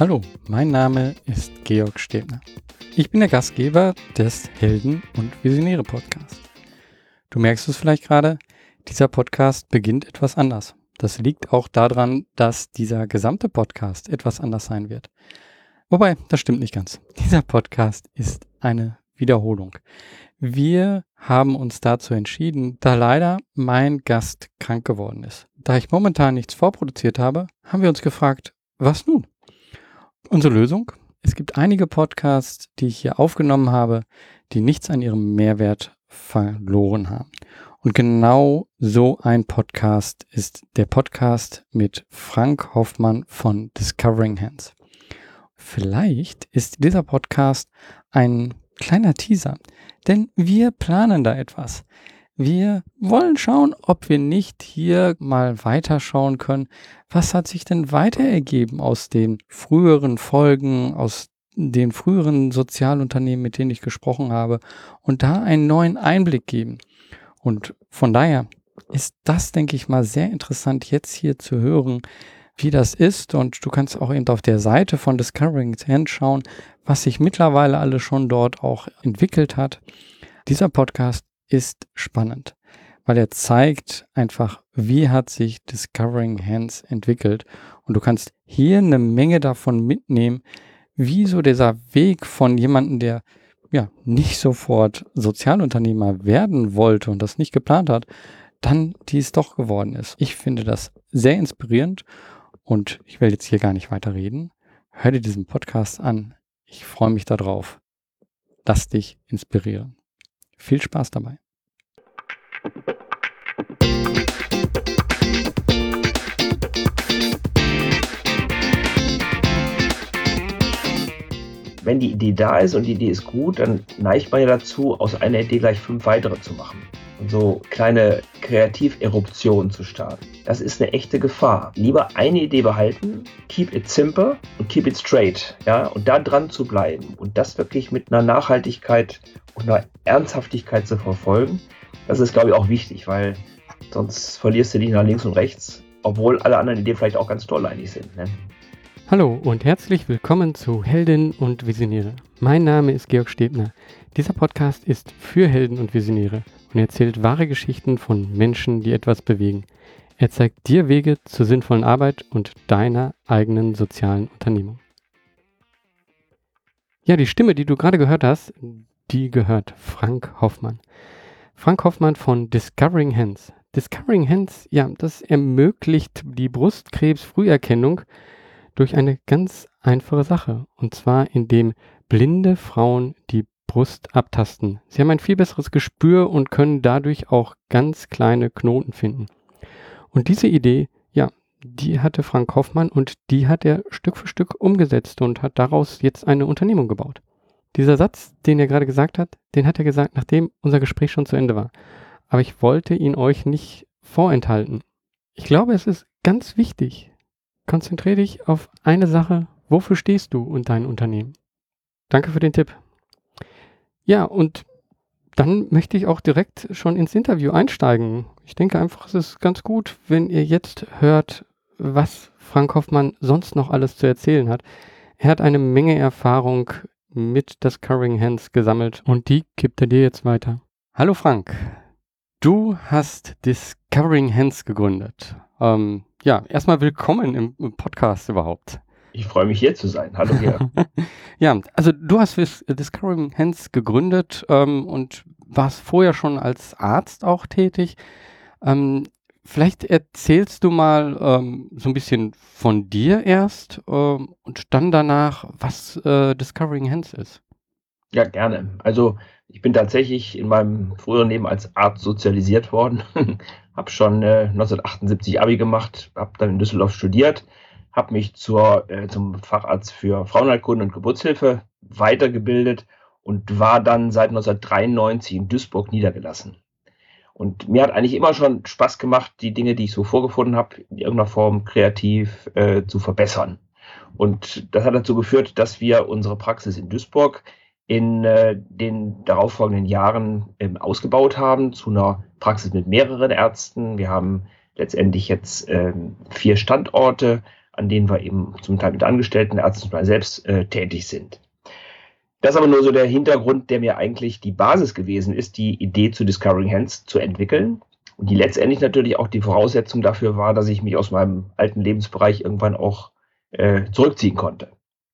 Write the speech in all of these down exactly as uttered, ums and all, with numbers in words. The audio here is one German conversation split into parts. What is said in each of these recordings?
Hallo, mein Name ist Georg Stebner. Ich bin der Gastgeber des Helden- und Visionäre-Podcasts. Du merkst es vielleicht gerade, dieser Podcast beginnt etwas anders. Das liegt auch daran, dass dieser gesamte Podcast etwas anders sein wird. Wobei, das stimmt nicht ganz. Dieser Podcast ist eine Wiederholung. Wir haben uns dazu entschieden, da leider mein Gast krank geworden ist. Da ich momentan nichts vorproduziert habe, haben wir uns gefragt, was nun? Unsere Lösung? Es gibt einige Podcasts, die ich hier aufgenommen habe, die nichts an ihrem Mehrwert verloren haben. Und genau so ein Podcast ist der Podcast mit Frank Hoffmann von Discovering Hands. Vielleicht ist dieser Podcast ein kleiner Teaser, denn wir planen da etwas. Wir wollen schauen, ob wir nicht hier mal weiterschauen können. Was hat sich denn weiter ergeben aus den früheren Folgen, aus den früheren Sozialunternehmen, mit denen ich gesprochen habe, und da einen neuen Einblick geben. Und von daher ist das, denke ich mal, sehr interessant, jetzt hier zu hören, wie das ist. Und du kannst auch eben auf der Seite von Discovering Hands schauen, was sich mittlerweile alles schon dort auch entwickelt hat. Dieser Podcast ist spannend, weil er zeigt einfach, wie hat sich Discovering Hands entwickelt. Und du kannst hier eine Menge davon mitnehmen, wie so dieser Weg von jemandem, der ja nicht sofort Sozialunternehmer werden wollte und das nicht geplant hat, dann dies doch geworden ist. Ich finde das sehr inspirierend und ich will jetzt hier gar nicht weiter reden. Hör dir diesen Podcast an. Ich freue mich darauf. Lass dich inspirieren. Viel Spaß dabei. Wenn die Idee da ist und die Idee ist gut, dann neigt man ja dazu, aus einer Idee gleich fünf weitere zu machen und so kleine Kreativeruptionen zu starten. Das ist eine echte Gefahr. Lieber eine Idee behalten, keep it simple und keep it straight, ja, und da dran zu bleiben und das wirklich mit einer Nachhaltigkeit und einer Ernsthaftigkeit zu verfolgen. Das ist, glaube ich, auch wichtig, weil sonst verlierst du dich nach links und rechts, obwohl alle anderen Ideen vielleicht auch ganz toll eigentlich sind, ne? Hallo und herzlich willkommen zu Helden und Visionäre. Mein Name ist Georg Stebner. Dieser Podcast ist für Helden und Visionäre und erzählt wahre Geschichten von Menschen, die etwas bewegen. Er zeigt dir Wege zur sinnvollen Arbeit und deiner eigenen sozialen Unternehmung. Ja, die Stimme, die du gerade gehört hast, die gehört Frank Hoffmann. Frank Hoffmann von Discovering Hands. Discovering Hands, ja, das ermöglicht die Brustkrebsfrüherkennung durch eine ganz einfache Sache. Und zwar, indem blinde Frauen die Brust abtasten. Sie haben ein viel besseres Gespür und können dadurch auch ganz kleine Knoten finden. Und diese Idee, ja, die hatte Frank Hoffmann und die hat er Stück für Stück umgesetzt und hat daraus jetzt eine Unternehmung gebaut. Dieser Satz, den er gerade gesagt hat, den hat er gesagt, nachdem unser Gespräch schon zu Ende war. Aber ich wollte ihn euch nicht vorenthalten. Ich glaube, es ist ganz wichtig. Konzentriere dich auf eine Sache. Wofür stehst du und dein Unternehmen? Danke für den Tipp. Ja, und dann möchte ich auch direkt schon ins Interview einsteigen. Ich denke einfach, es ist ganz gut, wenn ihr jetzt hört, was Frank Hoffmann sonst noch alles zu erzählen hat. Er hat eine Menge Erfahrung mit Discovering Hands gesammelt und die gibt er dir jetzt weiter. Hallo Frank, du hast Discovering Hands gegründet. Ähm, ja, erstmal willkommen im, im Podcast überhaupt. Ich freue mich, hier zu sein. Hallo hier. Ja, also du hast Discovering Hands gegründet ähm, und warst vorher schon als Arzt auch tätig. Ähm, vielleicht erzählst du mal ähm, so ein bisschen von dir erst ähm, und dann danach, was äh, Discovering Hands ist. Ja, gerne. Also ich bin tatsächlich in meinem früheren Leben als Arzt sozialisiert worden. Habe schon äh, neunzehnhundertachtundsiebzig Abi gemacht, habe dann in Düsseldorf studiert, habe mich zur, äh, zum Facharzt für Frauenheilkunde und Geburtshilfe weitergebildet und war dann seit neunzehnhundertdreiundneunzig in Duisburg niedergelassen. Und mir hat eigentlich immer schon Spaß gemacht, die Dinge, die ich so vorgefunden habe, in irgendeiner Form kreativ äh, zu verbessern. Und das hat dazu geführt, dass wir unsere Praxis in Duisburg in äh, den darauffolgenden Jahren ähm, ausgebaut haben zu einer Praxis mit mehreren Ärzten. Wir haben letztendlich jetzt ähm, vier Standorte, an denen wir eben zum Teil mit Angestellten, Ärzten, zum Teil selbst äh, tätig sind. Das ist aber nur so der Hintergrund, der mir eigentlich die Basis gewesen ist, die Idee zu Discovering Hands zu entwickeln. Und die letztendlich natürlich auch die Voraussetzung dafür war, dass ich mich aus meinem alten Lebensbereich irgendwann auch äh, zurückziehen konnte.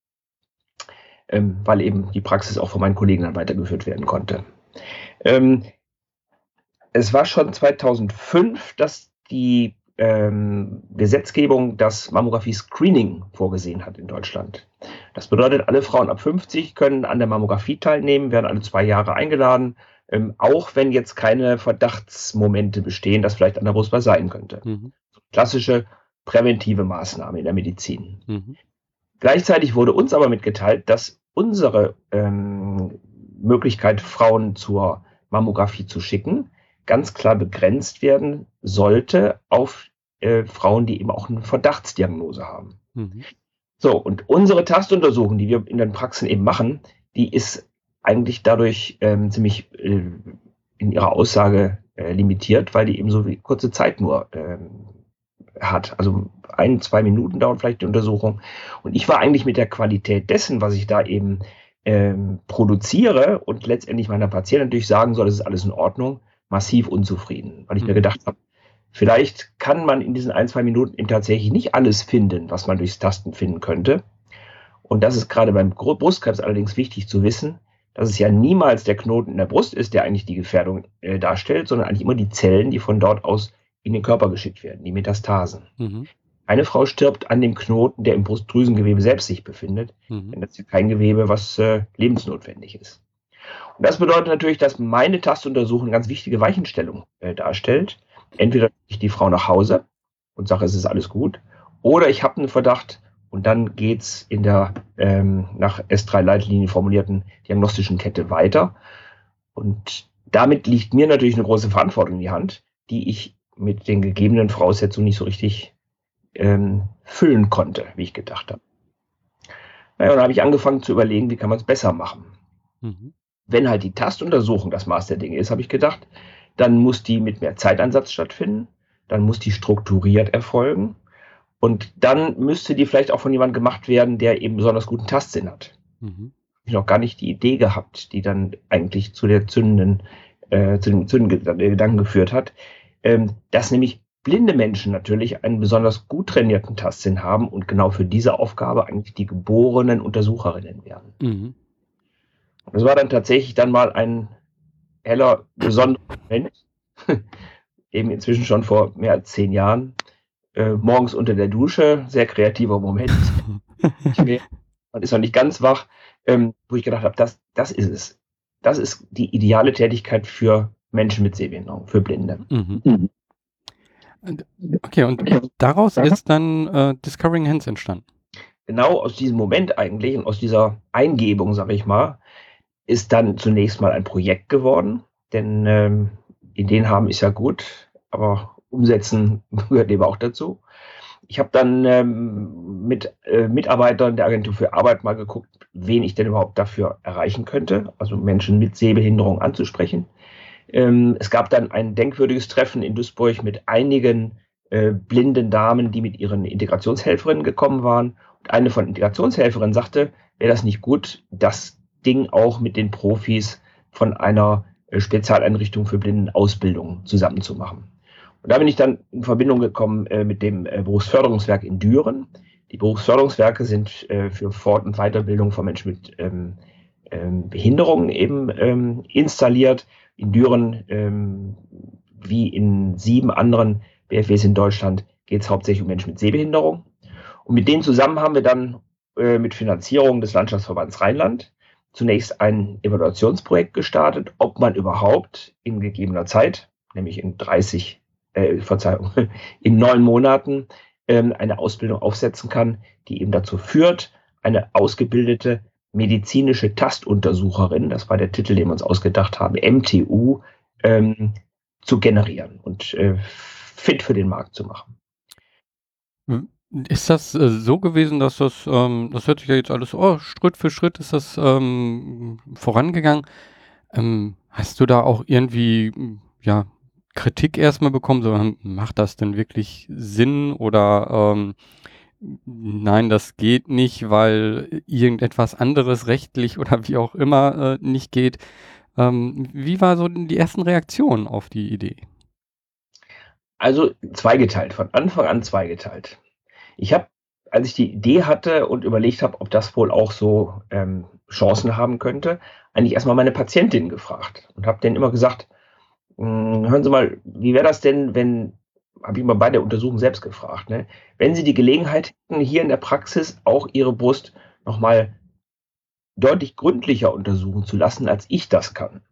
Ähm, weil eben die Praxis auch von meinen Kollegen dann weitergeführt werden konnte. Ähm, es war schon zweitausendfünf, dass die ähm, Gesetzgebung das Mammographie-Screening vorgesehen hat in Deutschland. Das bedeutet, alle Frauen ab fünfzig können an der Mammographie teilnehmen, werden alle zwei Jahre eingeladen, ähm, auch wenn jetzt keine Verdachtsmomente bestehen, dass vielleicht an der Brust was sein könnte. Mhm. Klassische präventive Maßnahme in der Medizin. Mhm. Gleichzeitig wurde uns aber mitgeteilt, dass unsere ähm, Möglichkeit, Frauen zur Mammographie zu schicken, ganz klar begrenzt werden sollte auf äh, Frauen, die eben auch eine Verdachtsdiagnose haben. Mhm. So, und unsere Tastuntersuchung, die wir in den Praxen eben machen, die ist eigentlich dadurch ähm, ziemlich äh, in ihrer Aussage äh, limitiert, weil die eben so wie kurze Zeit nur ähm, hat. Also ein, zwei Minuten dauert vielleicht die Untersuchung. Und ich war eigentlich mit der Qualität dessen, was ich da eben ähm, produziere und letztendlich meiner Patientin natürlich sagen soll, das ist alles in Ordnung, massiv unzufrieden. Weil ich mhm. mir gedacht habe, vielleicht kann man in diesen ein, zwei Minuten eben tatsächlich nicht alles finden, was man durchs Tasten finden könnte. Und das ist gerade beim Brustkrebs allerdings wichtig zu wissen, dass es ja niemals der Knoten in der Brust ist, der eigentlich die Gefährdung äh, darstellt, sondern eigentlich immer die Zellen, die von dort aus in den Körper geschickt werden, die Metastasen. Mhm. Eine Frau stirbt an dem Knoten, der im Brustdrüsengewebe selbst sich befindet, mhm. denn das ist ja kein Gewebe, was äh, lebensnotwendig ist. Und das bedeutet natürlich, dass meine Tastuntersuchung eine ganz wichtige Weichenstellung äh, darstellt. Entweder ich die Frau nach Hause und sage, es ist alles gut, oder ich habe einen Verdacht und dann geht es in der ähm, nach S drei Leitlinien formulierten diagnostischen Kette weiter. Und damit liegt mir natürlich eine große Verantwortung in die Hand, die ich mit den gegebenen Voraussetzungen nicht so richtig ähm, füllen konnte, wie ich gedacht habe. Naja, und dann habe ich angefangen zu überlegen, wie kann man es besser machen. Mhm. Wenn halt die Tastuntersuchung das Maß der Dinge ist, habe ich gedacht, dann muss die mit mehr Zeiteinsatz stattfinden, dann muss die strukturiert erfolgen und dann müsste die vielleicht auch von jemandem gemacht werden, der eben besonders guten Tastsinn hat. Mhm. Ich habe noch gar nicht die Idee gehabt, die dann eigentlich zu der zündenden, äh, zu dem zündenden Gedanken geführt hat, ähm, dass nämlich blinde Menschen natürlich einen besonders gut trainierten Tastsinn haben und genau für diese Aufgabe eigentlich die geborenen Untersucherinnen werden. Mhm. Das war dann tatsächlich dann mal ein heller, besonderer Moment, eben inzwischen schon vor mehr als zehn Jahren, äh, morgens unter der Dusche, sehr kreativer Moment. ich, man ist noch nicht ganz wach, ähm, wo ich gedacht habe, das, das ist es. Das ist die ideale Tätigkeit für Menschen mit Sehbehinderung, für Blinde. Mhm. Mhm. Okay, und daraus ist dann äh, Discovering Hands entstanden. Genau aus diesem Moment eigentlich und aus dieser Eingebung, sage ich mal, ist dann zunächst mal ein Projekt geworden, denn ähm, Ideen haben ist ja gut, aber umsetzen gehört eben auch dazu. Ich habe dann ähm, mit äh, Mitarbeitern der Agentur für Arbeit mal geguckt, wen ich denn überhaupt dafür erreichen könnte, also Menschen mit Sehbehinderung anzusprechen. Ähm, es gab dann ein denkwürdiges Treffen in Duisburg mit einigen äh, blinden Damen, die mit ihren Integrationshelferinnen gekommen waren. Und eine von Integrationshelferinnen sagte, wäre das nicht gut, das Ding auch mit den Profis von einer äh, Spezialeinrichtung für Blindenausbildung zusammenzumachen. Und da bin ich dann in Verbindung gekommen äh, mit dem äh, Berufsförderungswerk in Düren. Die Berufsförderungswerke sind äh, für Fort- und Weiterbildung von Menschen mit ähm, ähm, Behinderungen eben ähm, installiert. In Düren, ähm, wie in sieben anderen B F Ws in Deutschland, geht es hauptsächlich um Menschen mit Sehbehinderung. Und mit denen zusammen haben wir dann äh, mit Finanzierung des Landschaftsverbands Rheinland zunächst ein Evaluationsprojekt gestartet, ob man überhaupt in gegebener Zeit, nämlich in dreißig, äh, Verzeihung, in neun Monaten ähm, eine Ausbildung aufsetzen kann, die eben dazu führt, eine ausgebildete medizinische Tastuntersucherin, das war der Titel, den wir uns ausgedacht haben, M T U, ähm, zu generieren und äh, fit für den Markt zu machen. Ist das äh, so gewesen, dass das, ähm, das hört sich ja jetzt alles, oh, Schritt für Schritt ist das ähm, vorangegangen. Ähm, hast du da auch irgendwie, ja, Kritik erstmal bekommen, so, macht das denn wirklich Sinn oder ähm, nein, das geht nicht, weil irgendetwas anderes rechtlich oder wie auch immer äh, nicht geht. Ähm, wie war so die ersten Reaktionen auf die Idee? Also zweigeteilt, von Anfang an zweigeteilt. Ich habe, als ich die Idee hatte und überlegt habe, ob das wohl auch so ähm, Chancen haben könnte, eigentlich erstmal meine Patientin gefragt und habe denen immer gesagt, "Hm, hören Sie mal, wie wäre das denn, wenn, habe ich mal bei der Untersuchung selbst gefragt, ne, wenn Sie die Gelegenheit hätten, hier in der Praxis auch Ihre Brust nochmal deutlich gründlicher untersuchen zu lassen, als ich das kann."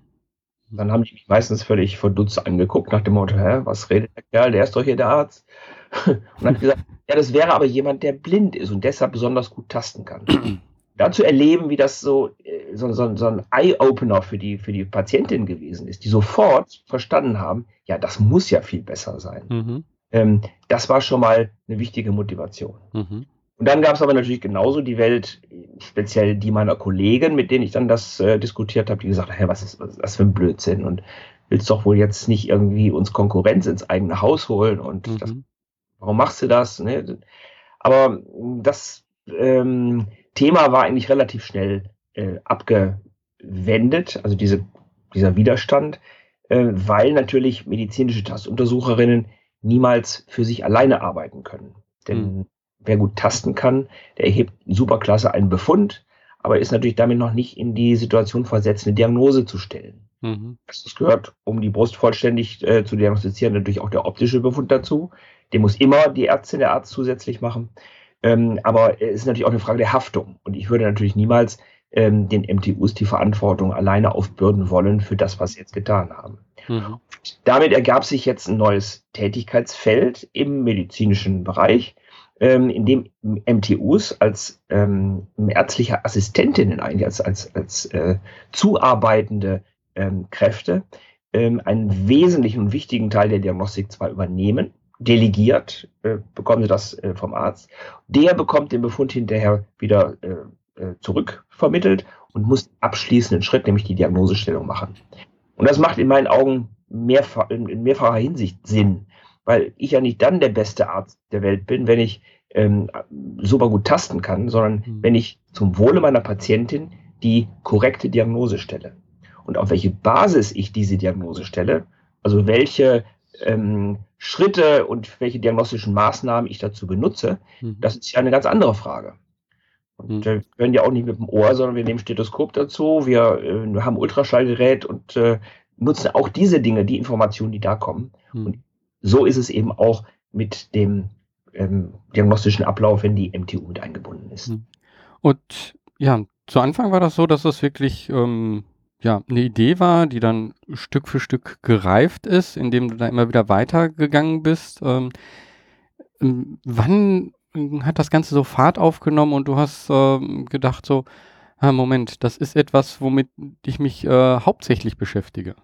Dann haben die mich meistens völlig verdutzt angeguckt, nach dem Motto, hä, was redet der Kerl, der ist doch hier der Arzt. Und dann habe ich gesagt, ja, das wäre aber jemand, der blind ist und deshalb besonders gut tasten kann. Dazu erleben, wie das so, äh, so, so, so ein Eye-Opener für die, für die Patientin gewesen ist, die sofort verstanden haben, ja, das muss ja viel besser sein. Mhm. Ähm, das war schon mal eine wichtige Motivation. Mhm. Und dann gab es aber natürlich genauso die Welt, speziell die meiner Kollegen, mit denen ich dann das äh, diskutiert habe, die gesagt haben, hey, was ist, was ist das für ein Blödsinn und willst doch wohl jetzt nicht irgendwie uns Konkurrenz ins eigene Haus holen und Mhm. das, warum machst du das? Ne? Aber das ähm, Thema war eigentlich relativ schnell äh, abgewendet, also diese, dieser Widerstand, äh, weil natürlich medizinische Tastuntersucherinnen niemals für sich alleine arbeiten können. Denn Mhm. wer gut tasten kann, der erhebt superklasse einen Befund, aber ist natürlich damit noch nicht in die Situation versetzt, eine Diagnose zu stellen. Mhm. Das gehört, um die Brust vollständig äh, zu diagnostizieren, natürlich auch der optische Befund dazu. Den muss immer die Ärztin, der Arzt zusätzlich machen. Ähm, aber es ist natürlich auch eine Frage der Haftung. Und ich würde natürlich niemals ähm, den M T Us die Verantwortung alleine aufbürden wollen für das, was sie jetzt getan haben. Mhm. Damit ergab sich jetzt ein neues Tätigkeitsfeld im medizinischen Bereich, ähm, in dem M T Us als ähm, ärztliche Assistentinnen eigentlich, als, als, als äh, zuarbeitende ähm, Kräfte, ähm, einen wesentlichen und wichtigen Teil der Diagnostik zwar übernehmen, delegiert, äh, bekommen sie das äh, vom Arzt. Der bekommt den Befund hinterher wieder äh, äh, zurückvermittelt und muss den abschließenden Schritt, nämlich die Diagnosestellung machen. Und das macht in meinen Augen mehrfach, in mehrfacher Hinsicht Sinn, weil ich ja nicht dann der beste Arzt der Welt bin, wenn ich ähm, super gut tasten kann, sondern Mhm. wenn ich zum Wohle meiner Patientin die korrekte Diagnose stelle. Und auf welche Basis ich diese Diagnose stelle, also welche ähm, Schritte und welche diagnostischen Maßnahmen ich dazu benutze, Mhm. das ist ja eine ganz andere Frage. Und Mhm. äh, wir hören ja auch nicht mit dem Ohr, sondern wir nehmen Stethoskop dazu, wir äh, haben Ultraschallgerät und äh, nutzen auch diese Dinge, die Informationen, die da kommen. Mhm. Und so ist es eben auch mit dem ähm, diagnostischen Ablauf, wenn die M T U mit eingebunden ist. Mhm. Und ja, zu Anfang war das so, dass es wirklich ähm, ja, eine Idee war, die dann Stück für Stück gereift ist, indem du da immer wieder weitergegangen bist. Ähm, ähm, wann ähm, hat das Ganze so Fahrt aufgenommen und du hast ähm, gedacht so, ah, Moment, das ist etwas, womit ich mich äh, hauptsächlich beschäftige?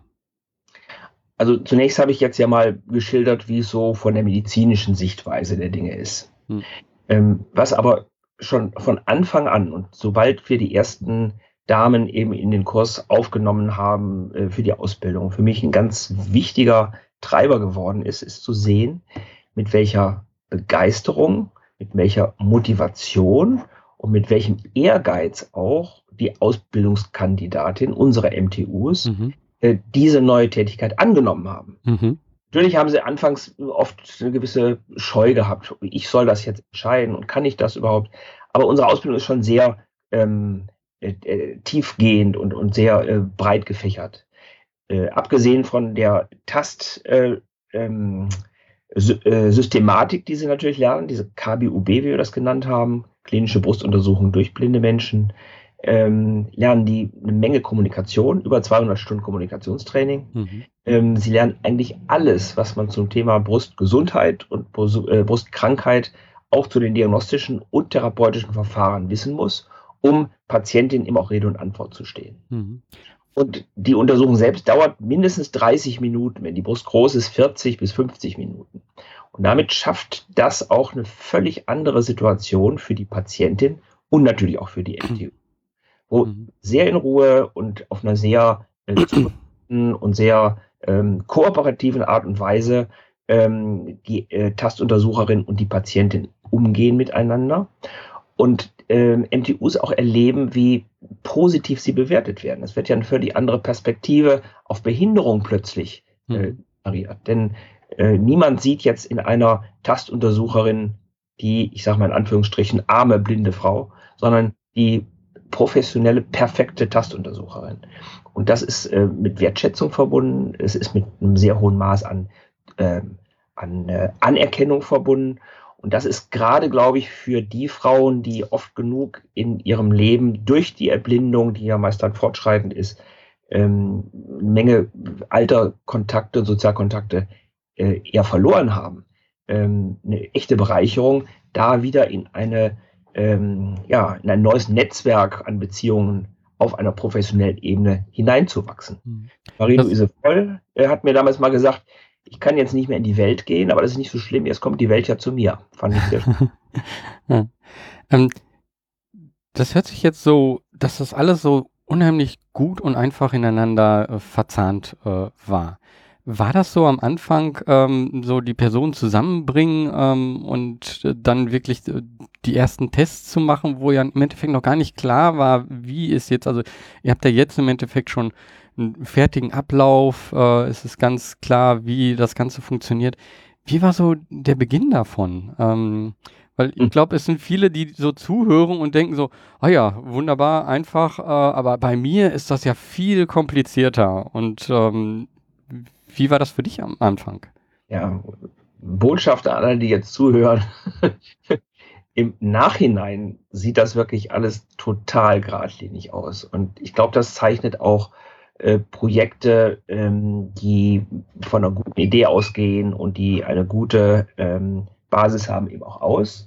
Also zunächst habe ich jetzt ja mal geschildert, wie es so von der medizinischen Sichtweise der Dinge ist. Hm. Ähm, was aber schon von Anfang an und sobald wir die ersten Damen eben in den Kurs aufgenommen haben äh, für die Ausbildung, für mich ein ganz wichtiger Treiber geworden ist, ist zu sehen, mit welcher Begeisterung, mit welcher Motivation und mit welchem Ehrgeiz auch die Ausbildungskandidatin unserer M T Us Mhm. äh, diese neue Tätigkeit angenommen haben. Mhm. Natürlich haben sie anfangs oft eine gewisse Scheu gehabt. Ich soll das jetzt entscheiden und kann ich das überhaupt? Aber unsere Ausbildung ist schon sehr ähm, äh, äh, tiefgehend und, und sehr äh, breit gefächert. Äh, abgesehen von der Tast, äh, ähm, Sy äh, Systematik, die sie natürlich lernen, diese K B U B, wie wir das genannt haben, klinische Brustuntersuchung durch blinde Menschen, ähm, lernen die eine Menge Kommunikation, über zweihundert Stunden Kommunikationstraining. Mhm. Ähm, sie lernen eigentlich alles, was man zum Thema Brustgesundheit und Brust, äh, Brustkrankheit auch zu den diagnostischen und therapeutischen Verfahren wissen muss, um Patientinnen immer auch Rede und Antwort zu stehen. Mhm. Und die Untersuchung selbst dauert mindestens dreißig Minuten, wenn die Brust groß ist, vierzig bis fünfzig Minuten. Und damit schafft das auch eine völlig andere Situation für die Patientin und natürlich auch für die M T U, wo Mhm. sehr in Ruhe und auf einer sehr äh, zugewandten und sehr ähm, kooperativen Art und Weise ähm, die äh, Tastuntersucherin und die Patientin umgehen miteinander und ähm, M T Us auch erleben, wie positiv sie bewertet werden. Es wird ja eine völlig andere Perspektive auf Behinderung plötzlich äh, variiert. Denn äh, niemand sieht jetzt in einer Tastuntersucherin die, ich sage mal in Anführungsstrichen, arme, blinde Frau, sondern die professionelle, perfekte Tastuntersucherin. Und das ist äh, mit Wertschätzung verbunden, es ist mit einem sehr hohen Maß an, äh, an äh, Anerkennung verbunden. Und das ist gerade, glaube ich, für die Frauen, die oft genug in ihrem Leben durch die Erblindung, die ja meist dann fortschreitend ist, ähm, eine Menge alter Kontakte, Sozialkontakte äh, eher verloren haben. Ähm, eine echte Bereicherung, da wieder in eine ähm, ja, in ein neues Netzwerk an Beziehungen auf einer professionellen Ebene hineinzuwachsen. Mhm. Marie-Louise Voll äh, hat mir damals mal gesagt, ich kann jetzt nicht mehr in die Welt gehen, aber das ist nicht so schlimm, jetzt kommt die Welt ja zu mir. Fand ich sehr schön. ja. ähm, das hört sich jetzt so, dass das alles so unheimlich gut und einfach ineinander äh, verzahnt äh, war. War das so am Anfang, ähm, so die Personen zusammenbringen ähm, und äh, dann wirklich äh, die ersten Tests zu machen, wo ja im Endeffekt noch gar nicht klar war, wie ist jetzt, also ihr habt ja jetzt im Endeffekt schon einen fertigen Ablauf, äh, es ist ganz klar, wie das Ganze funktioniert. Wie war so der Beginn davon? Ähm, weil ich glaube, es sind viele, die so zuhören und denken so, ah ja, wunderbar, einfach, äh, aber bei mir ist das ja viel komplizierter. Und ähm, wie war das für dich am Anfang? Ja, Botschaft an alle, die jetzt zuhören. Im Nachhinein sieht das wirklich alles total geradlinig aus. Und ich glaube, das zeichnet auch äh, Projekte, ähm, die von einer guten Idee ausgehen und die eine gute ähm, Basis haben, eben auch aus.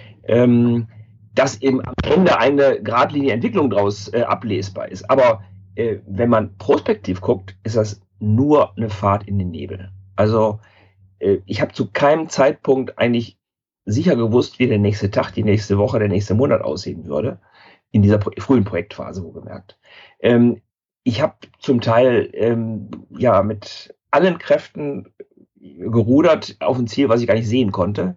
Ähm, dass eben am Ende eine geradlinige Entwicklung daraus äh, ablesbar ist. Aber äh, wenn man prospektiv guckt, ist das nur eine Fahrt in den Nebel. Also äh, ich habe zu keinem Zeitpunkt eigentlich sicher gewusst, wie der nächste Tag, die nächste Woche, der nächste Monat aussehen würde. In dieser pro- frühen Projektphase, wohlgemerkt. Ähm, ich habe zum Teil ähm, ja mit allen Kräften gerudert auf ein Ziel, was ich gar nicht sehen konnte,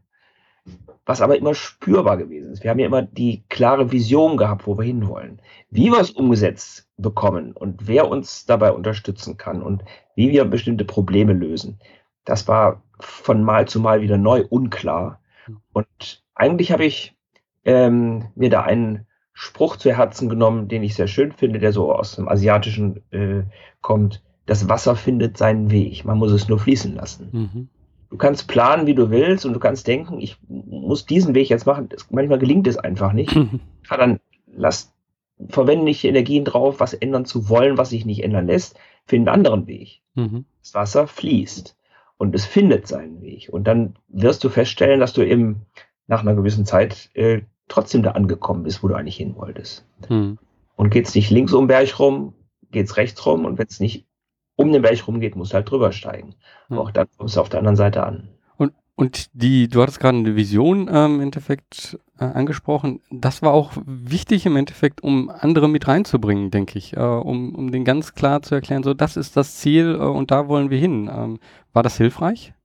was aber immer spürbar gewesen ist. Wir haben ja immer die klare Vision gehabt, wo wir hinwollen. Wie wir es umgesetzt bekommen und wer uns dabei unterstützen kann und wie wir bestimmte Probleme lösen, das war von Mal zu Mal wieder neu unklar. Und eigentlich habe ich ähm, mir da einen Spruch zu Herzen genommen, den ich sehr schön finde, der so aus dem Asiatischen äh, kommt. Das Wasser findet seinen Weg, man muss es nur fließen lassen. Mhm. Du kannst planen, wie du willst, und du kannst denken, ich muss diesen Weg jetzt machen. Das, manchmal gelingt es einfach nicht. Mhm. Ja, dann lass, verwende nicht Energien drauf, was ändern zu wollen, was sich nicht ändern lässt. Finde einen anderen Weg. Mhm. Das Wasser fließt und es findet seinen Weg. Und dann wirst du feststellen, dass du eben nach einer gewissen Zeit äh, trotzdem da angekommen bist, wo du eigentlich hin wolltest. Mhm. Und geht's nicht links um den Berg rum, geht's rechts rum, und wenn es nicht um den Berg rumgeht, musst du halt drüber steigen. Ja. Auch dann kommst du auf der anderen Seite an. Und, und die, du hattest gerade eine Vision ähm, im Endeffekt äh, angesprochen. Das war auch wichtig im Endeffekt, um andere mit reinzubringen, denke ich. Äh, um, um den ganz klar zu erklären, so das ist das Ziel äh, und da wollen wir hin. Ähm, war das hilfreich?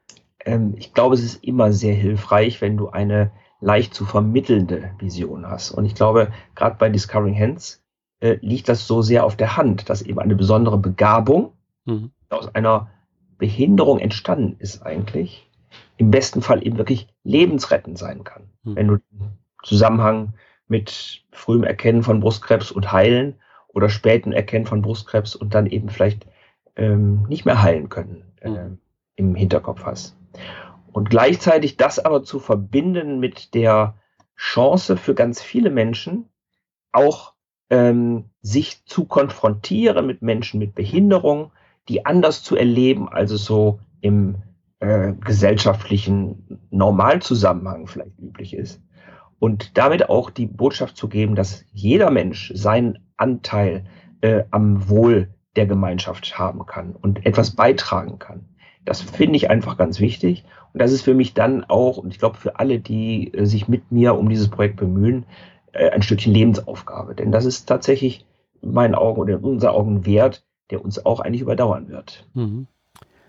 Ähm, ich glaube, es ist immer sehr hilfreich, wenn du eine leicht zu vermittelnde Vision hast. Und ich glaube, gerade bei Discovering Hands äh, liegt das so sehr auf der Hand, dass eben eine besondere Begabung mhm. aus einer Behinderung entstanden ist eigentlich, im besten Fall eben wirklich lebensrettend sein kann. Mhm. Wenn du den Zusammenhang mit frühem Erkennen von Brustkrebs und Heilen oder späten Erkennen von Brustkrebs und dann eben vielleicht ähm, nicht mehr heilen können äh, mhm. im Hinterkopf hast. Und gleichzeitig das aber zu verbinden mit der Chance für ganz viele Menschen, auch ähm, sich zu konfrontieren mit Menschen mit Behinderung, die anders zu erleben, als es so im äh, gesellschaftlichen Normalzusammenhang vielleicht üblich ist. Und damit auch die Botschaft zu geben, dass jeder Mensch seinen Anteil äh, am Wohl der Gemeinschaft haben kann und etwas beitragen kann. Das finde ich einfach ganz wichtig. Und das ist für mich dann auch, und ich glaube für alle, die äh, sich mit mir um dieses Projekt bemühen, äh, ein Stückchen Lebensaufgabe. Denn das ist tatsächlich in meinen Augen oder in unseren Augen ein Wert, der uns auch eigentlich überdauern wird. Mhm.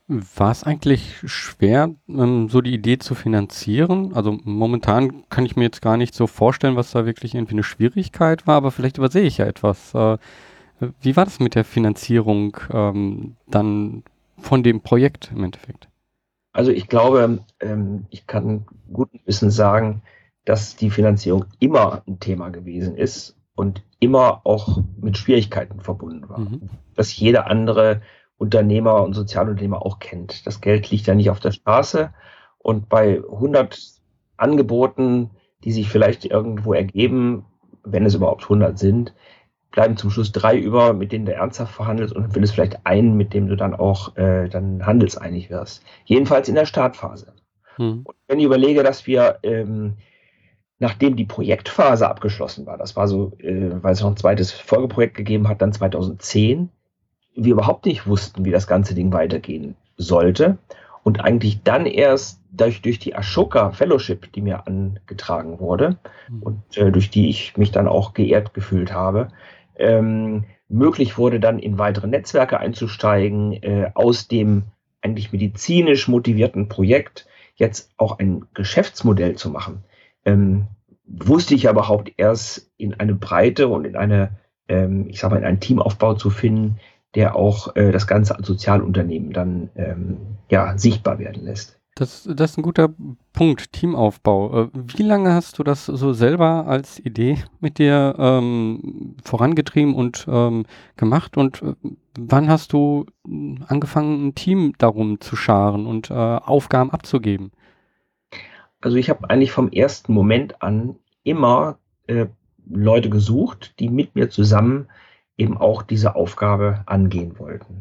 War es eigentlich schwer, ähm, so die Idee zu finanzieren? Also momentan kann ich mir jetzt gar nicht so vorstellen, was da wirklich irgendwie eine Schwierigkeit war, aber vielleicht übersehe ich ja etwas. Äh, wie war das mit der Finanzierung ähm, dann von dem Projekt im Endeffekt? Also ich glaube, ähm, ich kann guten Gewissens sagen, dass die Finanzierung immer ein Thema gewesen ist und immer auch mit Schwierigkeiten verbunden war. Mhm. Dass jeder andere Unternehmer und Sozialunternehmer auch kennt. Das Geld liegt ja nicht auf der Straße und bei hundert Angeboten, die sich vielleicht irgendwo ergeben, wenn es überhaupt hundert sind, bleiben zum Schluss drei über, mit denen du ernsthaft verhandelst und dann findest vielleicht einen, mit dem du dann auch äh, dann handelseinig wirst. Jedenfalls in der Startphase. Mhm. Und wenn ich überlege, dass wir, ähm, nachdem die Projektphase abgeschlossen war, das war so, äh, weil es noch ein zweites Folgeprojekt gegeben hat, dann zweitausendzehn, wir überhaupt nicht wussten, wie das ganze Ding weitergehen sollte und eigentlich dann erst durch, durch die Ashoka Fellowship, die mir angetragen wurde Mhm. und äh, durch die ich mich dann auch geehrt gefühlt habe, ähm, möglich wurde, dann in weitere Netzwerke einzusteigen, äh, aus dem eigentlich medizinisch motivierten Projekt jetzt auch ein Geschäftsmodell zu machen. Ähm, wusste ich ja überhaupt erst in eine Breite und in eine, ähm, ich sag mal, in einen Teamaufbau zu finden, der auch äh, das Ganze als Sozialunternehmen dann ähm, ja, sichtbar werden lässt. Das, das ist ein guter Punkt, Teamaufbau. Äh, wie lange hast du das so selber als Idee mit dir ähm, vorangetrieben und ähm, gemacht und äh, wann hast du mh, angefangen, ein Team darum zu scharen und äh, Aufgaben abzugeben? Also ich habe eigentlich vom ersten Moment an immer äh, Leute gesucht, die mit mir zusammen eben auch diese Aufgabe angehen wollten.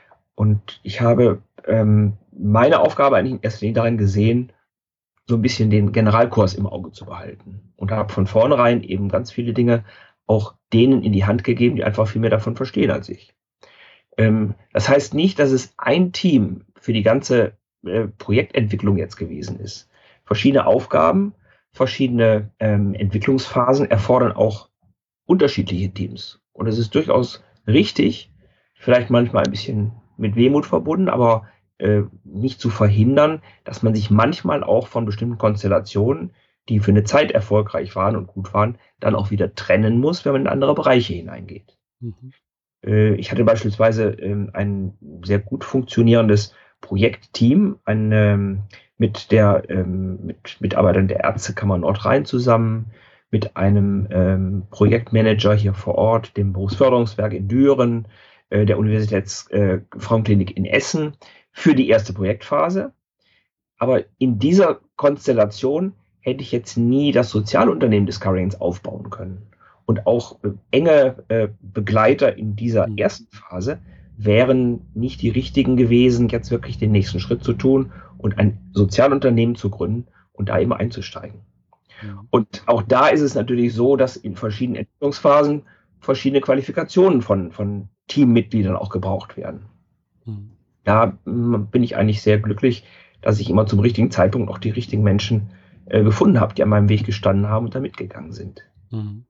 Und ich habe ähm, meine Aufgabe eigentlich in erster Linie darin gesehen, so ein bisschen den Generalkurs im Auge zu behalten. Und habe von vornherein eben ganz viele Dinge auch denen in die Hand gegeben, die einfach viel mehr davon verstehen als ich. Ähm, das heißt nicht, dass es ein Team für die ganze äh, Projektentwicklung jetzt gewesen ist. Verschiedene Aufgaben, verschiedene ähm, Entwicklungsphasen erfordern auch unterschiedliche Teams. Und es ist durchaus richtig, vielleicht manchmal ein bisschen mit Wehmut verbunden, aber äh, nicht zu verhindern, dass man sich manchmal auch von bestimmten Konstellationen, die für eine Zeit erfolgreich waren und gut waren, dann auch wieder trennen muss, wenn man in andere Bereiche hineingeht. Mhm. Äh, ich hatte beispielsweise ähm, ein sehr gut funktionierendes Projektteam, ein, ähm, mit der ähm, mit Mitarbeitern der Ärztekammer Nordrhein zusammen, mit einem ähm, Projektmanager hier vor Ort, dem Berufsförderungswerk in Düren, äh, der Universitätsfrauenklinik äh, in Essen für die erste Projektphase. Aber in dieser Konstellation hätte ich jetzt nie das Sozialunternehmen des Discoverings aufbauen können. Und auch äh, enge äh, Begleiter in dieser Mhm. ersten Phase wären nicht die richtigen gewesen, jetzt wirklich den nächsten Schritt zu tun und ein Sozialunternehmen zu gründen und da immer einzusteigen. Mhm. Und auch da ist es natürlich so, dass in verschiedenen Entwicklungsphasen verschiedene Qualifikationen von, von Teammitgliedern auch gebraucht werden. Mhm. Da mm, bin ich eigentlich sehr glücklich, dass ich immer zum richtigen Zeitpunkt auch die richtigen Menschen äh, gefunden habe, die an meinem Weg gestanden haben und da mitgegangen sind. Mhm.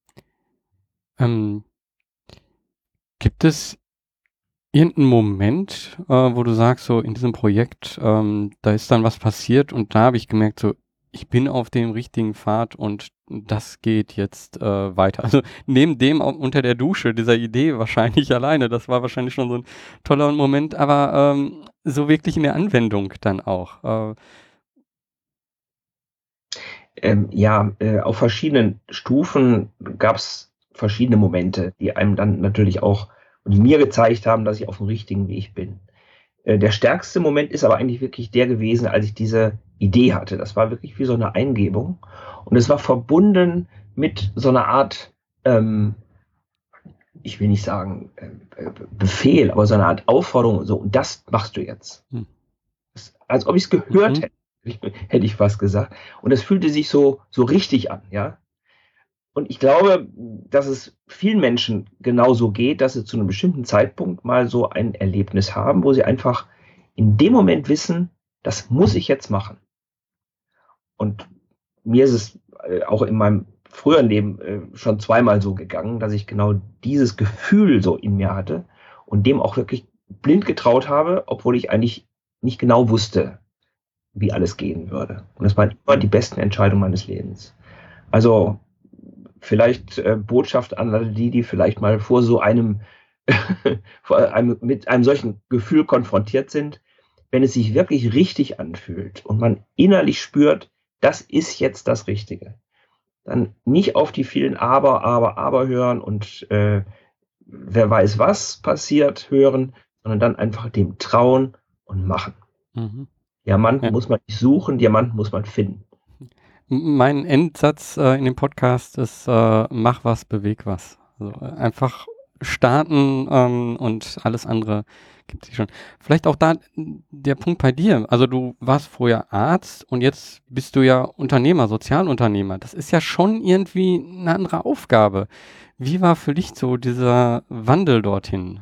Ähm, gibt es irgendeinen Moment, äh, wo du sagst, so in diesem Projekt, ähm, da ist dann was passiert und da habe ich gemerkt, so ich bin auf dem richtigen Pfad und das geht jetzt äh, weiter. Also neben dem auch unter der Dusche, dieser Idee wahrscheinlich alleine, das war wahrscheinlich schon so ein toller Moment, aber ähm, so wirklich in der Anwendung dann auch. Äh, Ähm, ja, äh, auf verschiedenen Stufen gab es verschiedene Momente, die einem dann natürlich auch und die mir gezeigt haben, dass ich auf dem richtigen Weg bin. Äh, der stärkste Moment ist aber eigentlich wirklich der gewesen, als ich diese Idee hatte. Das war wirklich wie so eine Eingebung. Und es war verbunden mit so einer Art, ähm, ich will nicht sagen äh, Befehl, aber so eine Art Aufforderung, so, und das machst du jetzt. hm. Das, als ob ich es gehört Mhm. hätte, hätte ich fast gesagt. Und es fühlte sich so, so richtig an, ja. Und ich glaube, dass es vielen Menschen genauso geht, dass sie zu einem bestimmten Zeitpunkt mal so ein Erlebnis haben, wo sie einfach in dem Moment wissen, das muss ich jetzt machen. Und mir ist es äh, auch in meinem früheren Leben äh, schon zweimal so gegangen, dass ich genau dieses Gefühl so in mir hatte und dem auch wirklich blind getraut habe, obwohl ich eigentlich nicht genau wusste, wie alles gehen würde. Und das waren immer die besten Entscheidungen meines Lebens. Also vielleicht äh, Botschaft an alle die, die vielleicht mal vor so einem, vor einem, mit einem solchen Gefühl konfrontiert sind. Wenn es sich wirklich richtig anfühlt und man innerlich spürt, das ist jetzt das Richtige, dann nicht auf die vielen Aber, Aber, Aber hören und äh, wer weiß was passiert hören, sondern dann einfach dem trauen und machen. Mhm. Diamanten Ja. muss man nicht suchen, Diamanten muss man finden. Mein Endsatz äh, in dem Podcast ist, äh, mach was, beweg was. Also äh, einfach starten ähm, und alles andere gibt sich schon. Vielleicht auch da der Punkt bei dir. Also du warst vorher Arzt und jetzt bist du ja Unternehmer, Sozialunternehmer. Das ist ja schon irgendwie eine andere Aufgabe. Wie war für dich so dieser Wandel dorthin?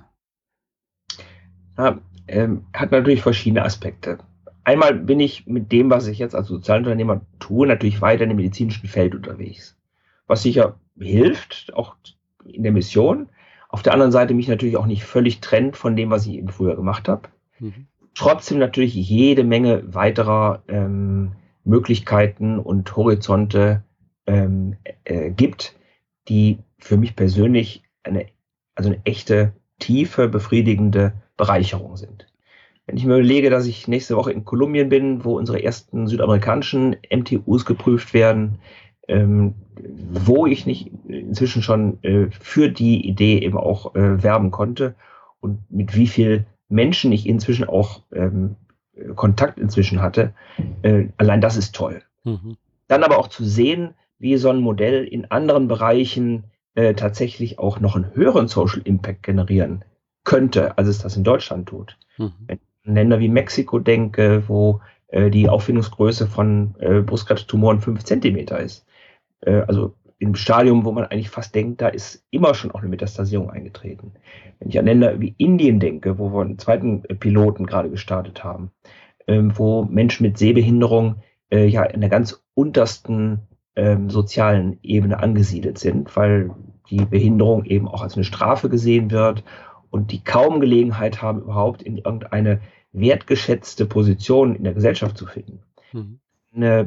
Ja, ähm, hat natürlich verschiedene Aspekte. Einmal bin ich mit dem, was ich jetzt als Sozialunternehmer tue, natürlich weiter im medizinischen Feld unterwegs. Was sicher hilft, auch in der Mission. Auf der anderen Seite mich natürlich auch nicht völlig trennt von dem, was ich eben früher gemacht habe. Mhm. Trotzdem natürlich jede Menge weiterer ähm, Möglichkeiten und Horizonte ähm, äh, gibt, die für mich persönlich eine, also eine echte, tiefe, befriedigende Bereicherung sind. Wenn ich mir überlege, dass ich nächste Woche in Kolumbien bin, wo unsere ersten südamerikanischen M T Us geprüft werden, ähm, wo ich nicht inzwischen schon äh, für die Idee eben auch äh, werben konnte und mit wie viel Menschen ich inzwischen auch ähm, Kontakt inzwischen hatte, äh, allein das ist toll. Mhm. Dann aber auch zu sehen, wie so ein Modell in anderen Bereichen äh, tatsächlich auch noch einen höheren Social Impact generieren könnte, als es das in Deutschland tut. Mhm. Wenn ich an Länder wie Mexiko denke, wo äh, die Auffindungsgröße von äh, Brustkrebstumoren fünf Zentimeter ist. Äh, also im Stadium, wo man eigentlich fast denkt, da ist immer schon auch eine Metastasierung eingetreten. Wenn ich an Länder wie Indien denke, wo wir einen zweiten Piloten gerade gestartet haben, äh, wo Menschen mit Sehbehinderung äh, ja in der ganz untersten ähm, sozialen Ebene angesiedelt sind, weil die Behinderung eben auch als eine Strafe gesehen wird und die kaum Gelegenheit haben, überhaupt in irgendeine wertgeschätzte Position in der Gesellschaft zu finden. Mhm. Eine,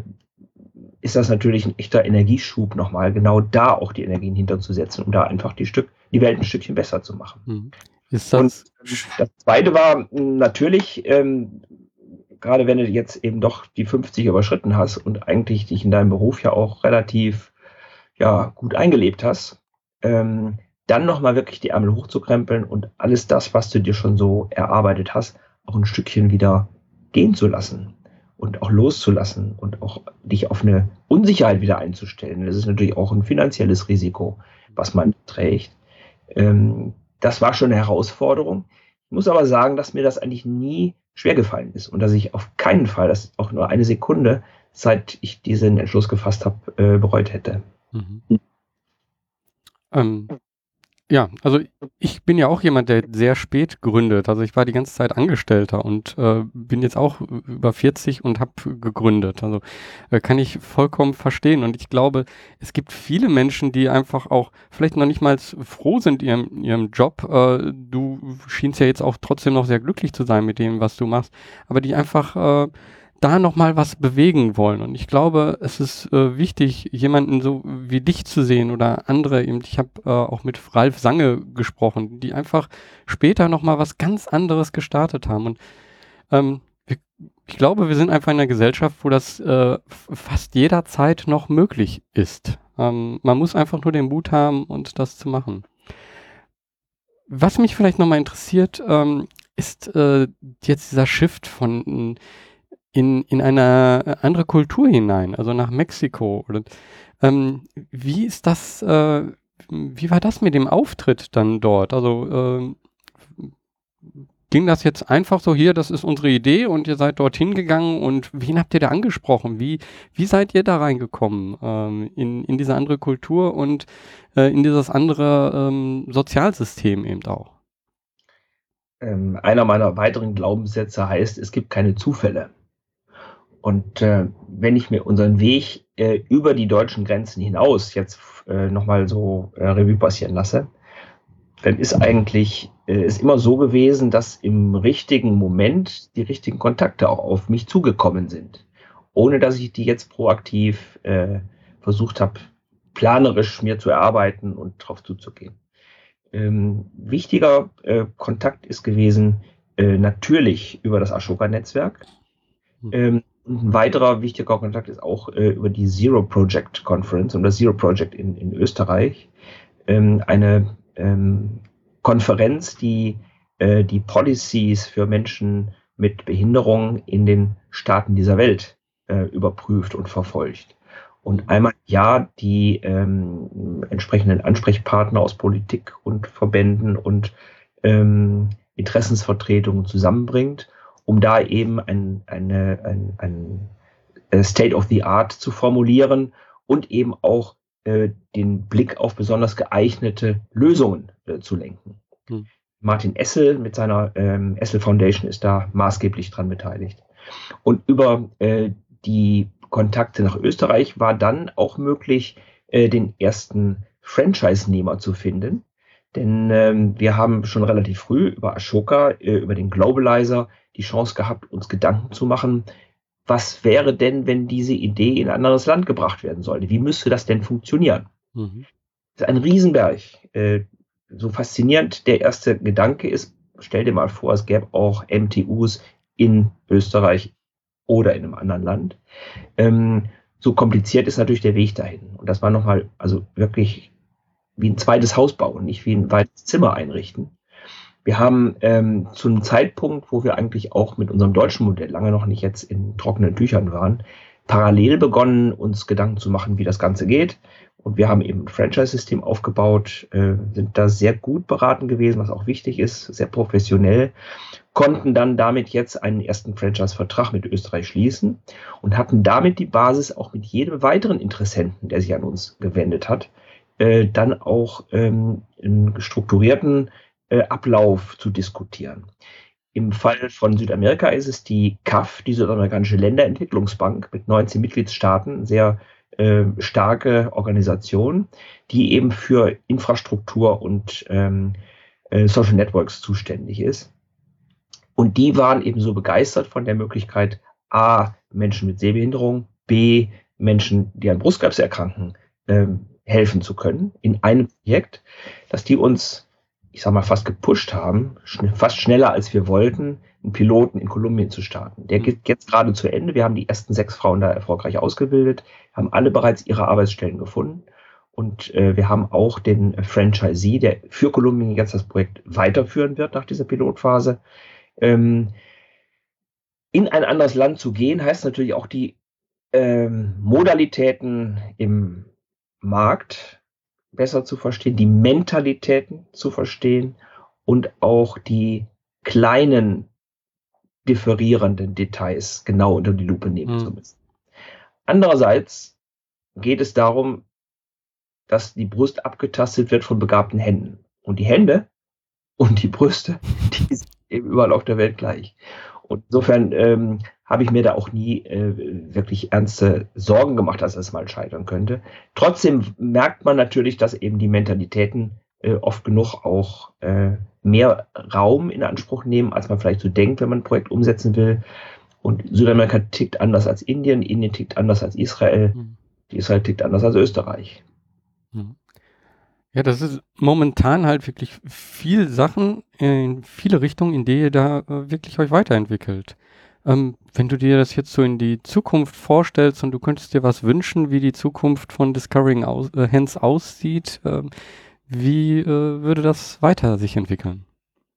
ist das natürlich ein echter Energieschub nochmal, genau da auch die Energien hinterzusetzen, um da einfach die Stück, die Welt ein Stückchen besser zu machen. Mhm. Ist das und das Zweite war natürlich, ähm, gerade wenn du jetzt eben doch die fünfzig überschritten hast und eigentlich dich in deinem Beruf ja auch relativ ja, gut eingelebt hast, ähm, dann nochmal wirklich die Ärmel hochzukrempeln und alles das, was du dir schon so erarbeitet hast, auch ein Stückchen wieder gehen zu lassen und auch loszulassen und auch dich auf eine Unsicherheit wieder einzustellen. Das ist natürlich auch ein finanzielles Risiko, was man trägt. Ähm, das war schon eine Herausforderung. Ich muss aber sagen, dass mir das eigentlich nie schwer gefallen ist und dass ich auf keinen Fall, das auch nur eine Sekunde, seit ich diesen Entschluss gefasst habe, äh, bereut hätte. Mhm. Ähm, ja, also ich bin ja auch jemand, der sehr spät gründet. Also ich war die ganze Zeit Angestellter und äh, bin jetzt auch über vierzig und habe gegründet. Also äh, kann ich vollkommen verstehen. Und ich glaube, es gibt viele Menschen, die einfach auch vielleicht noch nicht mal froh sind in ihrem, ihrem Job. Äh, du schienst ja jetzt auch trotzdem noch sehr glücklich zu sein mit dem, was du machst. Aber die einfach äh, da nochmal was bewegen wollen. Und ich glaube, es ist äh, wichtig, jemanden so wie dich zu sehen oder andere. Eben, ich habe äh, auch mit Ralf Sange gesprochen, die einfach später nochmal was ganz anderes gestartet haben. Und ähm, wir, ich glaube, wir sind einfach in einer Gesellschaft, wo das äh, fast jederzeit noch möglich ist. Ähm, man muss einfach nur den Mut haben, und das zu machen. Was mich vielleicht nochmal interessiert, ähm, ist äh, jetzt dieser Shift von in, in eine andere Kultur hinein, also nach Mexiko. Oder, ähm, wie ist das, äh, wie war das mit dem Auftritt dann dort? Also ähm, ging das jetzt einfach so, hier, das ist unsere Idee und ihr seid dorthin gegangen und wen habt ihr da angesprochen? Wie, wie seid ihr da reingekommen ähm, in, in diese andere Kultur und äh, in dieses andere ähm, Sozialsystem eben auch? Ähm, einer meiner weiteren Glaubenssätze heißt, es gibt keine Zufälle. Und äh, wenn ich mir unseren Weg äh, über die deutschen Grenzen hinaus jetzt äh, nochmal so äh, Revue passieren lasse, dann ist eigentlich äh, ist immer so gewesen, dass im richtigen Moment die richtigen Kontakte auch auf mich zugekommen sind, ohne dass ich die jetzt proaktiv äh, versucht habe, planerisch mir zu erarbeiten und drauf zuzugehen. Ähm, wichtiger äh, Kontakt ist gewesen, äh, natürlich über das Ashoka-Netzwerk. Ähm, ein weiterer wichtiger Kontakt ist auch äh, über die Zero Project Conference und das Zero Project in, in Österreich. Ähm, eine ähm, Konferenz, die äh, die Policies für Menschen mit Behinderung in den Staaten dieser Welt äh, überprüft und verfolgt. Und einmal im Jahr die ähm, entsprechenden Ansprechpartner aus Politik und Verbänden und ähm, Interessensvertretungen zusammenbringt, um da eben ein, eine, ein, ein State of the Art zu formulieren und eben auch äh, den Blick auf besonders geeignete Lösungen äh, zu lenken. Hm. Martin Essel mit seiner ähm, Essel Foundation ist da maßgeblich dran beteiligt. Und über äh, die Kontakte nach Österreich war dann auch möglich, äh, den ersten Franchise-Nehmer zu finden. Denn ähm, wir haben schon relativ früh über Ashoka, äh, über den Globalizer, die Chance gehabt, uns Gedanken zu machen, was wäre denn, wenn diese Idee in ein anderes Land gebracht werden sollte? Wie müsste das denn funktionieren? Mhm. Das ist ein Riesenberg. Äh, so faszinierend der erste Gedanke ist, stell dir mal vor, es gäbe auch M T Us in Österreich oder in einem anderen Land. Ähm, so kompliziert ist natürlich der Weg dahin. Und das war nochmal, also wirklich wie ein zweites Haus bauen, nicht wie ein weites Zimmer einrichten. Wir haben ähm, zu einem Zeitpunkt, wo wir eigentlich auch mit unserem deutschen Modell lange noch nicht jetzt in trockenen Tüchern waren, parallel begonnen, uns Gedanken zu machen, wie das Ganze geht. Und wir haben eben ein Franchise-System aufgebaut, äh, sind da sehr gut beraten gewesen, was auch wichtig ist, sehr professionell, konnten dann damit jetzt einen ersten Franchise-Vertrag mit Österreich schließen und hatten damit die Basis, auch mit jedem weiteren Interessenten, der sich an uns gewendet hat, äh, dann auch ähm, einen strukturierten äh, Ablauf zu diskutieren. Im Fall von Südamerika ist es die C A F, die Südamerikanische Länderentwicklungsbank mit neunzehn Mitgliedstaaten, sehr äh, starke Organisation, die eben für Infrastruktur und ähm, äh, Social Networks zuständig ist. Und die waren eben so begeistert von der Möglichkeit, A, Menschen mit Sehbehinderung, B, Menschen, die an Brustkrebs erkranken, ähm, helfen zu können in einem Projekt, dass die uns, ich sag mal, fast gepusht haben, schn- fast schneller als wir wollten, einen Piloten in Kolumbien zu starten. Der geht jetzt gerade zu Ende. Wir haben die ersten sechs Frauen da erfolgreich ausgebildet, haben alle bereits ihre Arbeitsstellen gefunden. Und äh, wir haben auch den Franchisee, der für Kolumbien jetzt das Projekt weiterführen wird nach dieser Pilotphase. Ähm, in ein anderes Land zu gehen, heißt natürlich auch die ähm, Modalitäten im Markt besser zu verstehen, die Mentalitäten zu verstehen und auch die kleinen differierenden Details genau unter die Lupe nehmen mhm. zu müssen. Andererseits geht es darum, dass die Brust abgetastet wird von begabten Händen. Und die Hände und die Brüste, die sind eben überall auf der Welt gleich. Und insofern ähm, habe ich mir da auch nie äh, wirklich ernste Sorgen gemacht, dass es mal scheitern könnte. Trotzdem merkt man natürlich, dass eben die Mentalitäten äh, oft genug auch äh, mehr Raum in Anspruch nehmen, als man vielleicht so denkt, wenn man ein Projekt umsetzen will. Und Südamerika tickt anders als Indien, Indien tickt anders als Israel, mhm. Israel tickt anders als Österreich. Mhm. Ja, das ist momentan halt wirklich viel Sachen in viele Richtungen, in die ihr da äh, wirklich euch weiterentwickelt. Ähm, wenn du dir das jetzt so in die Zukunft vorstellst und du könntest dir was wünschen, wie die Zukunft von Discovering aus, äh, Hands aussieht, äh, wie äh, würde das weiter sich entwickeln?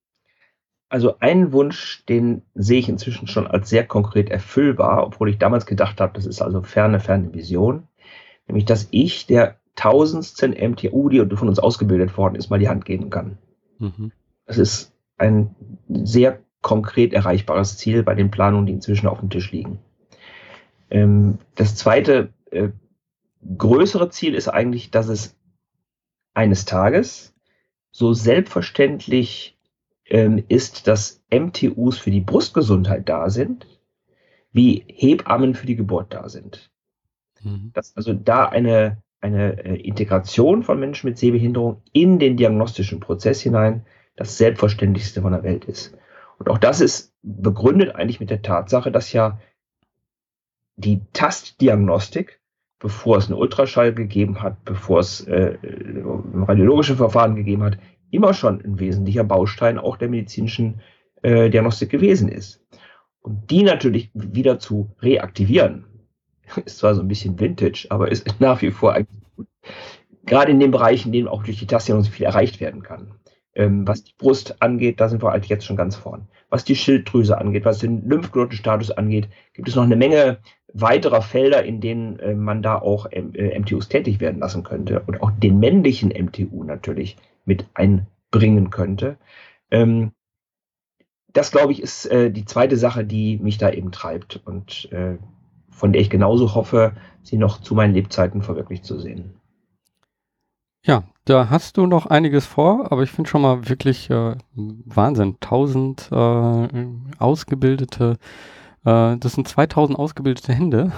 Also einen Wunsch, den sehe ich inzwischen schon als sehr konkret erfüllbar, obwohl ich damals gedacht habe, das ist also ferne, ferne Vision, nämlich dass ich der tausendsten M T U, die von uns ausgebildet worden ist, mal die Hand geben kann. Mhm. Das ist ein sehr konkret erreichbares Ziel bei den Planungen, die inzwischen auf dem Tisch liegen. Ähm, das zweite äh, größere Ziel ist eigentlich, dass es eines Tages so selbstverständlich ähm, ist, dass M T Us für die Brustgesundheit da sind, wie Hebammen für die Geburt da sind. Mhm. Dass also da eine eine äh, Integration von Menschen mit Sehbehinderung in den diagnostischen Prozess hinein das Selbstverständlichste von der Welt ist. Und auch das ist begründet eigentlich mit der Tatsache, dass ja die Tastdiagnostik, bevor es einen Ultraschall gegeben hat, bevor es äh, radiologische Verfahren gegeben hat, immer schon ein wesentlicher Baustein auch der medizinischen äh, Diagnostik gewesen ist. Und die natürlich wieder zu reaktivieren, ist zwar so ein bisschen Vintage, aber ist nach wie vor eigentlich gut. Gerade in den Bereichen, in denen auch durch die Tastdiagnostik viel erreicht werden kann. Ähm, was die Brust angeht, da sind wir halt jetzt schon ganz vorn. Was die Schilddrüse angeht, was den Lymphknotenstatus angeht, gibt es noch eine Menge weiterer Felder, in denen äh, man da auch äh, M T Us tätig werden lassen könnte und auch den männlichen M T U natürlich mit einbringen könnte. Ähm, das, glaube ich, ist äh, die zweite Sache, die mich da eben treibt und äh, von der ich genauso hoffe, sie noch zu meinen Lebzeiten verwirklicht zu sehen. Ja, da hast du noch einiges vor, aber ich finde schon mal wirklich äh, Wahnsinn. tausend äh, ausgebildete, äh, das sind zweitausend ausgebildete Hände.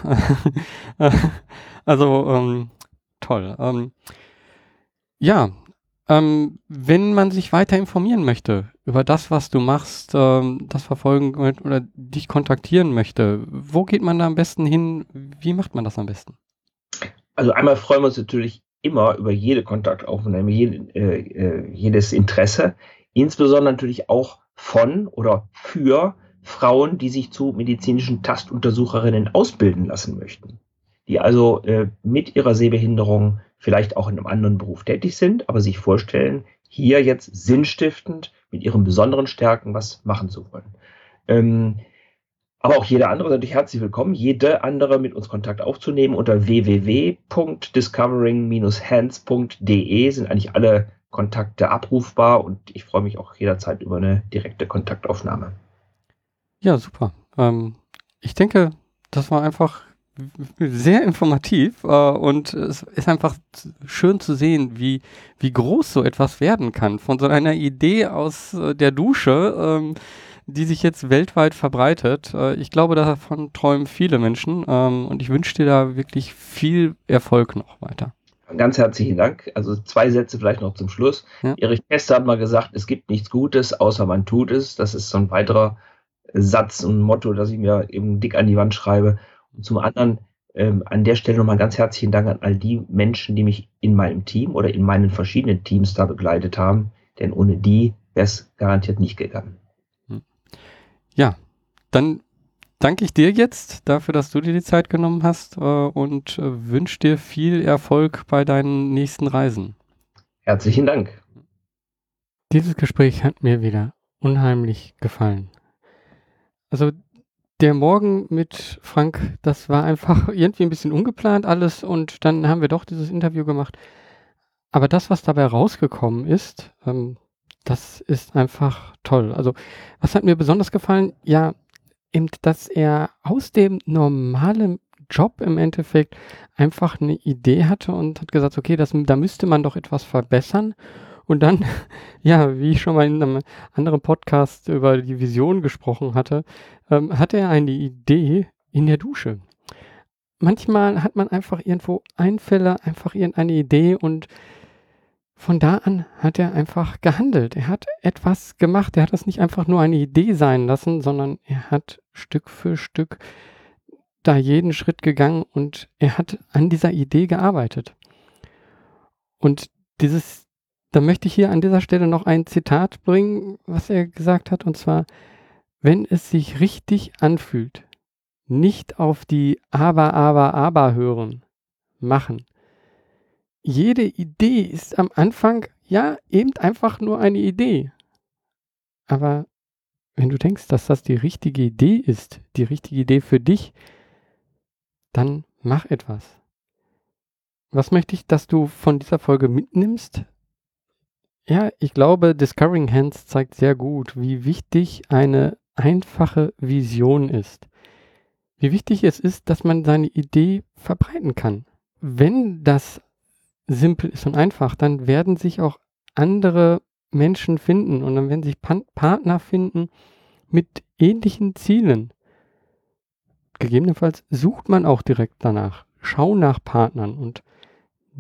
Also ähm, toll. Ähm, ja, ähm, wenn man sich weiter informieren möchte über das, was du machst, ähm, das verfolgen oder dich kontaktieren möchte, wo geht man da am besten hin? Wie macht man das am besten? Also einmal freuen wir uns natürlich immer über jede Kontaktaufnahme, jede, äh, jedes Interesse, insbesondere natürlich auch von oder für Frauen, die sich zu medizinischen Tastuntersucherinnen ausbilden lassen möchten, die also äh, mit ihrer Sehbehinderung vielleicht auch in einem anderen Beruf tätig sind, aber sich vorstellen, hier jetzt sinnstiftend mit ihren besonderen Stärken was machen zu wollen. Ähm, Aber auch jeder andere ist natürlich herzlich willkommen, jede andere mit uns Kontakt aufzunehmen. Unter w w w punkt discovering Bindestrich hands punkt d e sind eigentlich alle Kontakte abrufbar und ich freue mich auch jederzeit über eine direkte Kontaktaufnahme. Ja, super. Ähm, ich denke, das war einfach sehr informativ äh, und es ist einfach schön zu sehen, wie, wie groß so etwas werden kann. Von so einer Idee aus äh, der Dusche, ähm, die sich jetzt weltweit verbreitet. Äh, ich glaube, davon träumen viele Menschen ähm, und ich wünsche dir da wirklich viel Erfolg noch weiter. Ganz herzlichen Dank. Also zwei Sätze vielleicht noch zum Schluss. Ja. Erich Kästner hat mal gesagt, es gibt nichts Gutes, außer man tut es. Das ist so ein weiterer Satz und Motto, das ich mir eben dick an die Wand schreibe. Und zum anderen ähm, an der Stelle nochmal ganz herzlichen Dank an all die Menschen, die mich in meinem Team oder in meinen verschiedenen Teams da begleitet haben. Denn ohne die wäre es garantiert nicht gegangen. Ja, dann danke ich dir jetzt dafür, dass du dir die Zeit genommen hast äh, und äh, wünsche dir viel Erfolg bei deinen nächsten Reisen. Herzlichen Dank. Dieses Gespräch hat mir wieder unheimlich gefallen. Also der Morgen mit Frank, das war einfach irgendwie ein bisschen ungeplant alles und dann haben wir doch dieses Interview gemacht. Aber das, was dabei rausgekommen ist, ähm, das ist einfach toll. Also was hat mir besonders gefallen? Ja, eben, dass er aus dem normalen Job im Endeffekt einfach eine Idee hatte und hat gesagt, okay, das, da müsste man doch etwas verbessern. Und dann, ja, wie ich schon mal in einem anderen Podcast über die Vision gesprochen hatte, ähm, hatte er eine Idee in der Dusche. Manchmal hat man einfach irgendwo Einfälle, einfach irgendeine Idee und von da an hat er einfach gehandelt. Er hat etwas gemacht. Er hat das nicht einfach nur eine Idee sein lassen, sondern er hat Stück für Stück da jeden Schritt gegangen und er hat an dieser Idee gearbeitet. Und dieses, da möchte ich hier an dieser Stelle noch ein Zitat bringen, was er gesagt hat, und zwar: Wenn es sich richtig anfühlt, nicht auf die Aber, Aber, Aber hören, machen. Jede Idee ist am Anfang, ja, eben einfach nur eine Idee. Aber wenn du denkst, dass das die richtige Idee ist, die richtige Idee für dich, dann mach etwas. Was möchte ich, dass du von dieser Folge mitnimmst? Ja, ich glaube, Discovering Hands zeigt sehr gut, wie wichtig eine einfache Vision ist. Wie wichtig es ist, dass man seine Idee verbreiten kann. Wenn das simpel ist und einfach, dann werden sich auch andere Menschen finden und dann werden sich Pan- Partner finden mit ähnlichen Zielen. Gegebenenfalls sucht man auch direkt danach. Schau nach Partnern und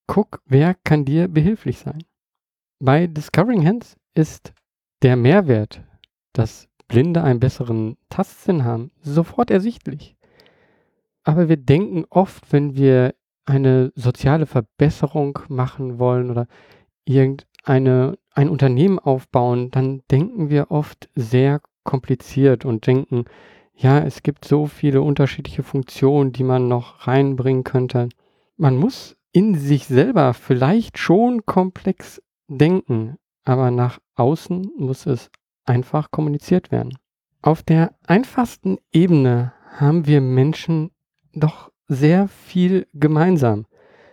guck, wer kann dir behilflich sein. Bei Discovering Hands ist der Mehrwert, dass Blinde einen besseren Tastsinn haben, sofort ersichtlich. Aber wir denken oft, wenn wir eine soziale Verbesserung machen wollen oder irgendeine ein Unternehmen aufbauen, dann denken wir oft sehr kompliziert und denken, ja, es gibt so viele unterschiedliche Funktionen, die man noch reinbringen könnte. Man muss in sich selber vielleicht schon komplex denken, aber nach außen muss es einfach kommuniziert werden. Auf der einfachsten Ebene haben wir Menschen doch sehr viel gemeinsam.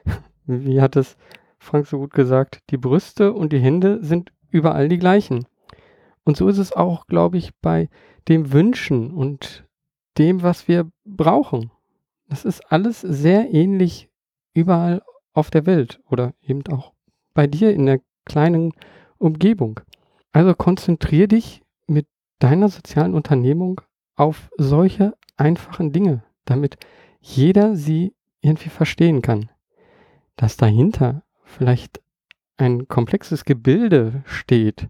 Wie hat es Frank so gut gesagt, die Brüste und die Hände sind überall die gleichen. Und so ist es auch, glaube ich, bei dem Wünschen und dem, was wir brauchen. Das ist alles sehr ähnlich überall auf der Welt oder eben auch bei dir in der kleinen Umgebung. Also konzentrier dich mit deiner sozialen Unternehmung auf solche einfachen Dinge, damit jeder sie irgendwie verstehen kann. Dass dahinter vielleicht ein komplexes Gebilde steht,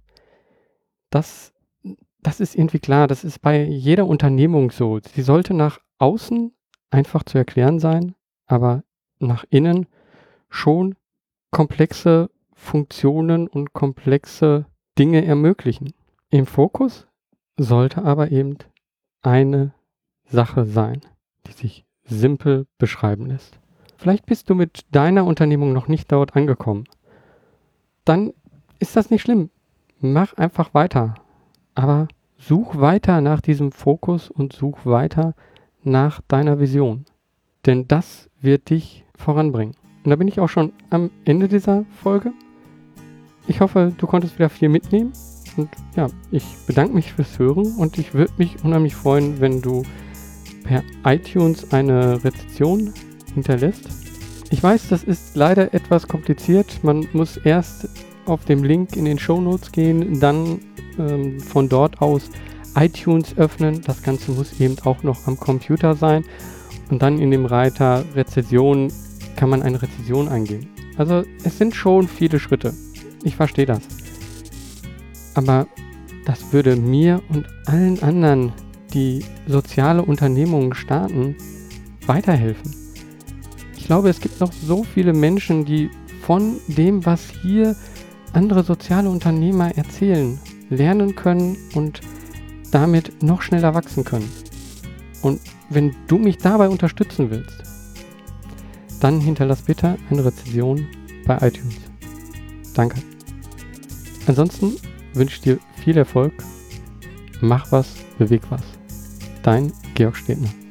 das, das ist irgendwie klar. Das ist bei jeder Unternehmung so. Sie sollte nach außen einfach zu erklären sein, aber nach innen schon komplexe Funktionen und komplexe Dinge ermöglichen. Im Fokus sollte aber eben eine Sache sein, die sich simpel beschreiben lässt. Vielleicht bist du mit deiner Unternehmung noch nicht dort angekommen. Dann ist das nicht schlimm. Mach einfach weiter. Aber such weiter nach diesem Fokus und such weiter nach deiner Vision. Denn das wird dich voranbringen. Und da bin ich auch schon am Ende dieser Folge. Ich hoffe, du konntest wieder viel mitnehmen. Und ja, ich bedanke mich fürs Hören und ich würde mich unheimlich freuen, wenn du per iTunes eine Rezension hinterlässt. Ich weiß, das ist leider etwas kompliziert. Man muss erst auf dem Link in den Shownotes gehen, dann ähm, von dort aus iTunes öffnen. Das Ganze muss eben auch noch am Computer sein. Und dann in dem Reiter Rezension kann man eine Rezension eingeben. Also es sind schon viele Schritte. Ich verstehe das. Aber das würde mir und allen anderen, die soziale Unternehmungen starten, weiterhelfen. Ich glaube, es gibt noch so viele Menschen, die von dem, was hier andere soziale Unternehmer erzählen, lernen können und damit noch schneller wachsen können. Und wenn du mich dabei unterstützen willst, dann hinterlass bitte eine Rezension bei iTunes. Danke. Ansonsten wünsche ich dir viel Erfolg. Mach was, beweg was. Dein Georg Stedner.